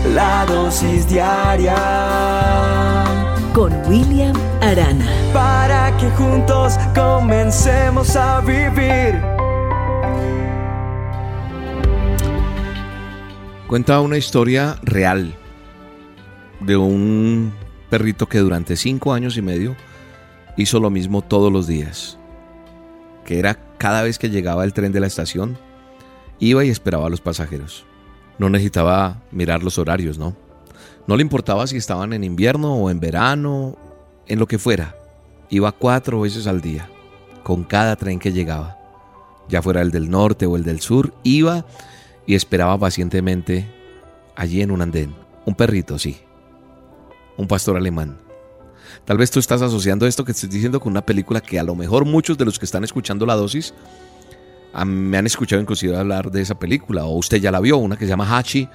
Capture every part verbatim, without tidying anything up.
La dosis diaria con William Arana, para que juntos comencemos a vivir. Cuenta una historia real de un perrito que durante cinco años y medio hizo lo mismo todos los días, que era cada vez que llegaba el tren de la estación, iba y esperaba a los pasajeros. No necesitaba mirar los horarios, ¿no? No le importaba si estaban en invierno o en verano, en lo que fuera. Iba cuatro veces al día, con cada tren que llegaba. Ya fuera el del norte o el del sur, iba y esperaba pacientemente allí en un andén. Un perrito, sí. Un pastor alemán. Tal vez tú estás asociando esto que estoy diciendo con una película que a lo mejor muchos de los que están escuchando La Dosis me han escuchado inclusive hablar de esa película, o usted ya la vio, una que se llama Hachi,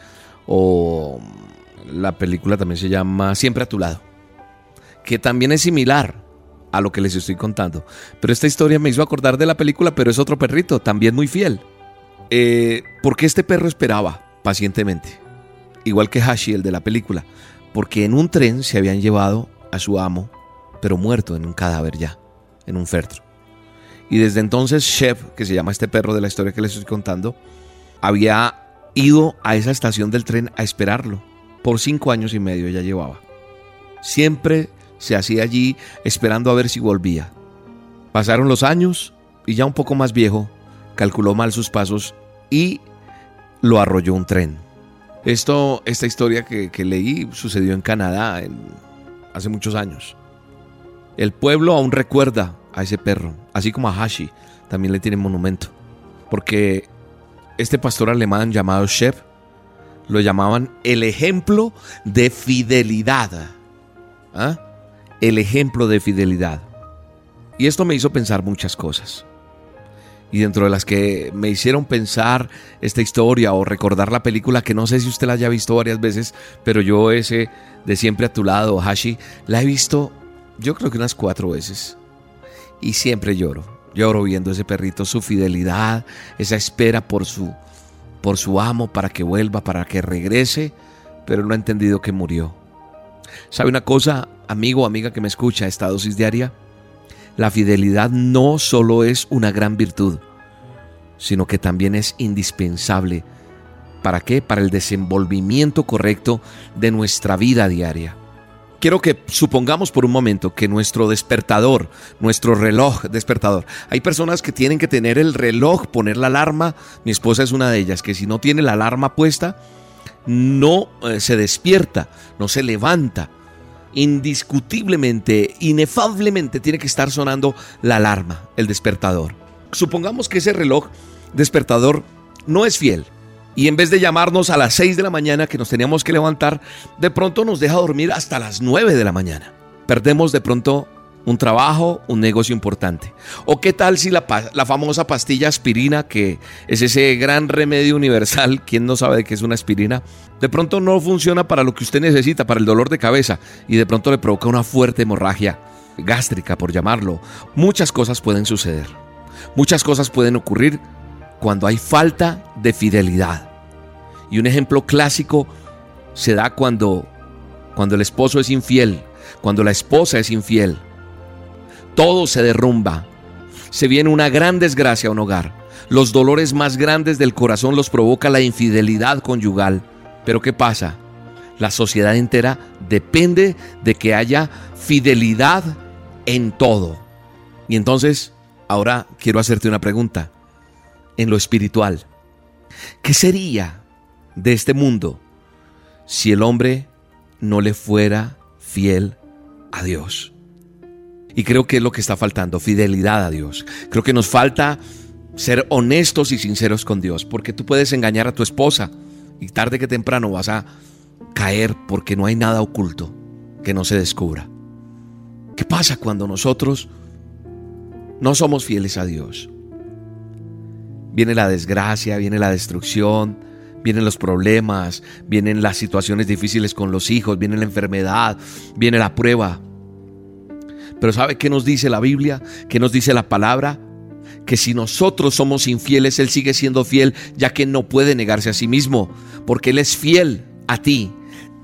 o la película también se llama Siempre a tu lado, que también es similar a lo que les estoy contando. Pero esta historia me hizo acordar de la película, pero es otro perrito, también muy fiel. Eh, ¿Por qué este perro esperaba pacientemente? Igual que Hachi, el de la película, porque en un tren se habían llevado a su amo, pero muerto en un cadáver ya, en un féretro. Y desde entonces Chef, que se llama este perro de la historia que les estoy contando, había ido a esa estación del tren a esperarlo. Por cinco años y medio ya llevaba. Siempre se hacía allí esperando a ver si volvía. Pasaron los años y ya un poco más viejo, calculó mal sus pasos y lo arrolló un tren. Esto, esta historia que, que leí sucedió en Canadá en, hace muchos años. El pueblo aún recuerda a ese perro, así como a Hachi también le tiene monumento, porque este pastor alemán llamado Chef lo llamaban el ejemplo de fidelidad. ¿Ah? El ejemplo de fidelidad. Y esto me hizo pensar muchas cosas. Y dentro de las que me hicieron pensar esta historia o recordar la película, que no sé si usted la haya visto varias veces, pero yo ese de Siempre a tu lado, Hachi, la he visto yo creo que unas cuatro veces. Y siempre lloro, lloro viendo ese perrito, su fidelidad, esa espera por su, por su amo para que vuelva, para que regrese, pero no ha entendido que murió. ¿Sabe una cosa, amigo o amiga que me escucha esta dosis diaria? La fidelidad no solo es una gran virtud, sino que también es indispensable. ¿Para qué? Para el desenvolvimiento correcto de nuestra vida diaria. Quiero que supongamos por un momento que nuestro despertador, nuestro reloj despertador, hay personas que tienen que tener el reloj, poner la alarma. Mi esposa es una de ellas, que si no tiene la alarma puesta, no eh, se despierta, no se levanta. Indiscutiblemente, inefablemente tiene que estar sonando la alarma, el despertador. Supongamos que ese reloj despertador no es fiel. Y en vez de llamarnos a las seis de la mañana que nos teníamos que levantar, de pronto nos deja dormir hasta las nueve de la mañana. Perdemos de pronto un trabajo, un negocio importante. ¿O qué tal si la, la famosa pastilla aspirina, que es ese gran remedio universal, quién no sabe de qué es una aspirina, de pronto no funciona para lo que usted necesita, para el dolor de cabeza, y de pronto le provoca una fuerte hemorragia gástrica, por llamarlo? Muchas cosas pueden suceder. Muchas cosas pueden ocurrir cuando hay falta de fidelidad. Y un ejemplo clásico se da cuando, cuando el esposo es infiel, cuando la esposa es infiel. Todo se derrumba. Se viene una gran desgracia a un hogar. Los dolores más grandes del corazón los provoca la infidelidad conyugal. Pero ¿qué pasa? La sociedad entera depende de que haya fidelidad en todo. Y entonces, ahora quiero hacerte una pregunta. En lo espiritual, ¿qué sería de este mundo si el hombre no le fuera fiel a Dios? Y creo que es lo que está faltando, fidelidad a Dios. Creo que nos falta ser honestos y sinceros con Dios, porque tú puedes engañar a tu esposa y tarde que temprano vas a caer, porque no hay nada oculto que no se descubra. ¿Qué pasa cuando nosotros no somos fieles a Dios? Viene la desgracia, viene la destrucción, vienen los problemas, vienen las situaciones difíciles con los hijos, viene la enfermedad, viene la prueba. Pero ¿sabe qué nos dice la Biblia? ¿Qué nos dice la palabra? Que si nosotros somos infieles, Él sigue siendo fiel, ya que no puede negarse a sí mismo, porque Él es fiel a ti,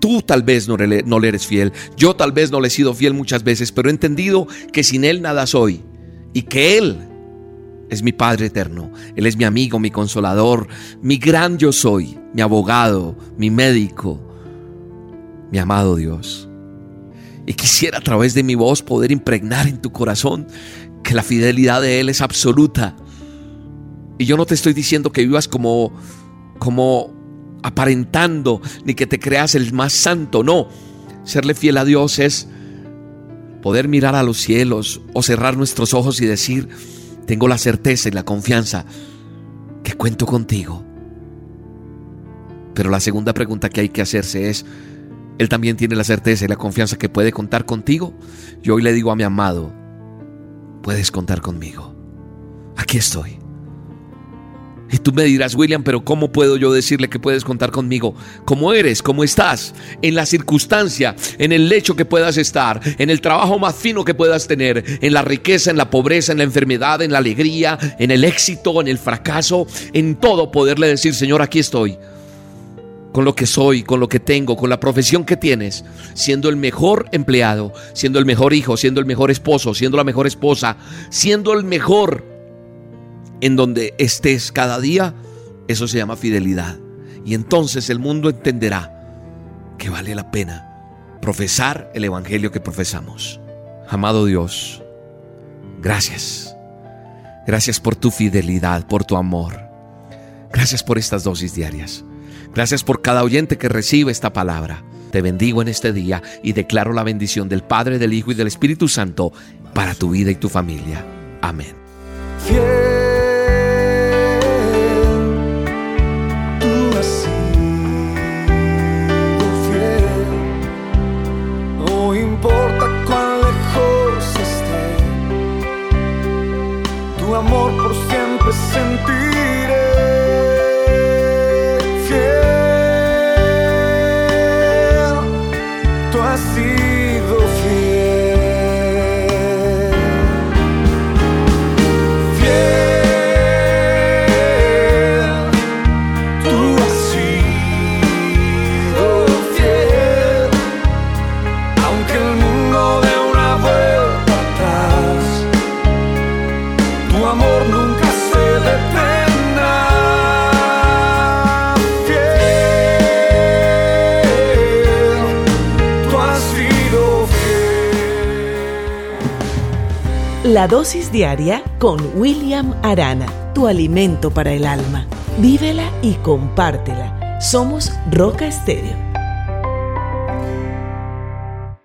Tú tal vez no le, no le eres fiel. Yo tal vez no le he sido fiel muchas veces, pero he entendido que sin Él nada soy y que Él es mi Padre eterno. Él es mi amigo, mi consolador, mi gran yo soy, mi abogado, mi médico, mi amado Dios. Y quisiera a través de mi voz poder impregnar en tu corazón que la fidelidad de Él es absoluta. Y yo no te estoy diciendo que vivas como, como aparentando, ni que te creas el más santo. No, serle fiel a Dios es poder mirar a los cielos o cerrar nuestros ojos y decir: tengo la certeza y la confianza que cuento contigo. Pero la segunda pregunta que hay que hacerse es: ¿Él también tiene la certeza y la confianza que puede contar contigo? Yo hoy le digo a mi amado: puedes contar conmigo. Aquí estoy. Y tú me dirás: William, pero ¿cómo puedo yo decirle que puedes contar conmigo? ¿Cómo eres? ¿Cómo estás? En la circunstancia, en el lecho que puedas estar, en el trabajo más fino que puedas tener, en la riqueza, en la pobreza, en la enfermedad, en la alegría, en el éxito, en el fracaso, en todo poderle decir: Señor, aquí estoy. Con lo que soy, con lo que tengo, con la profesión que tienes, siendo el mejor empleado, siendo el mejor hijo, siendo el mejor esposo, siendo la mejor esposa, siendo el mejor en donde estés cada día. Eso se llama fidelidad. Y entonces el mundo entenderá que vale la pena profesar el evangelio que profesamos. Amado Dios, gracias. Gracias por tu fidelidad, por tu amor. Gracias por estas dosis diarias. Gracias por cada oyente que recibe esta palabra. Te bendigo en este día y declaro la bendición del Padre, del Hijo y del Espíritu Santo para tu vida y tu familia. Amén. Fiel, tú has sido fiel. No importa cuán lejos esté, tu amor por siempre sentiré. Has sido fiel, fiel, tú has sido fiel, aunque el mundo dé una vuelta atrás, tu amor nunca se detendrá. La dosis diaria con William Arana, tu alimento para el alma. Vívela y compártela. Somos Roca Estéreo.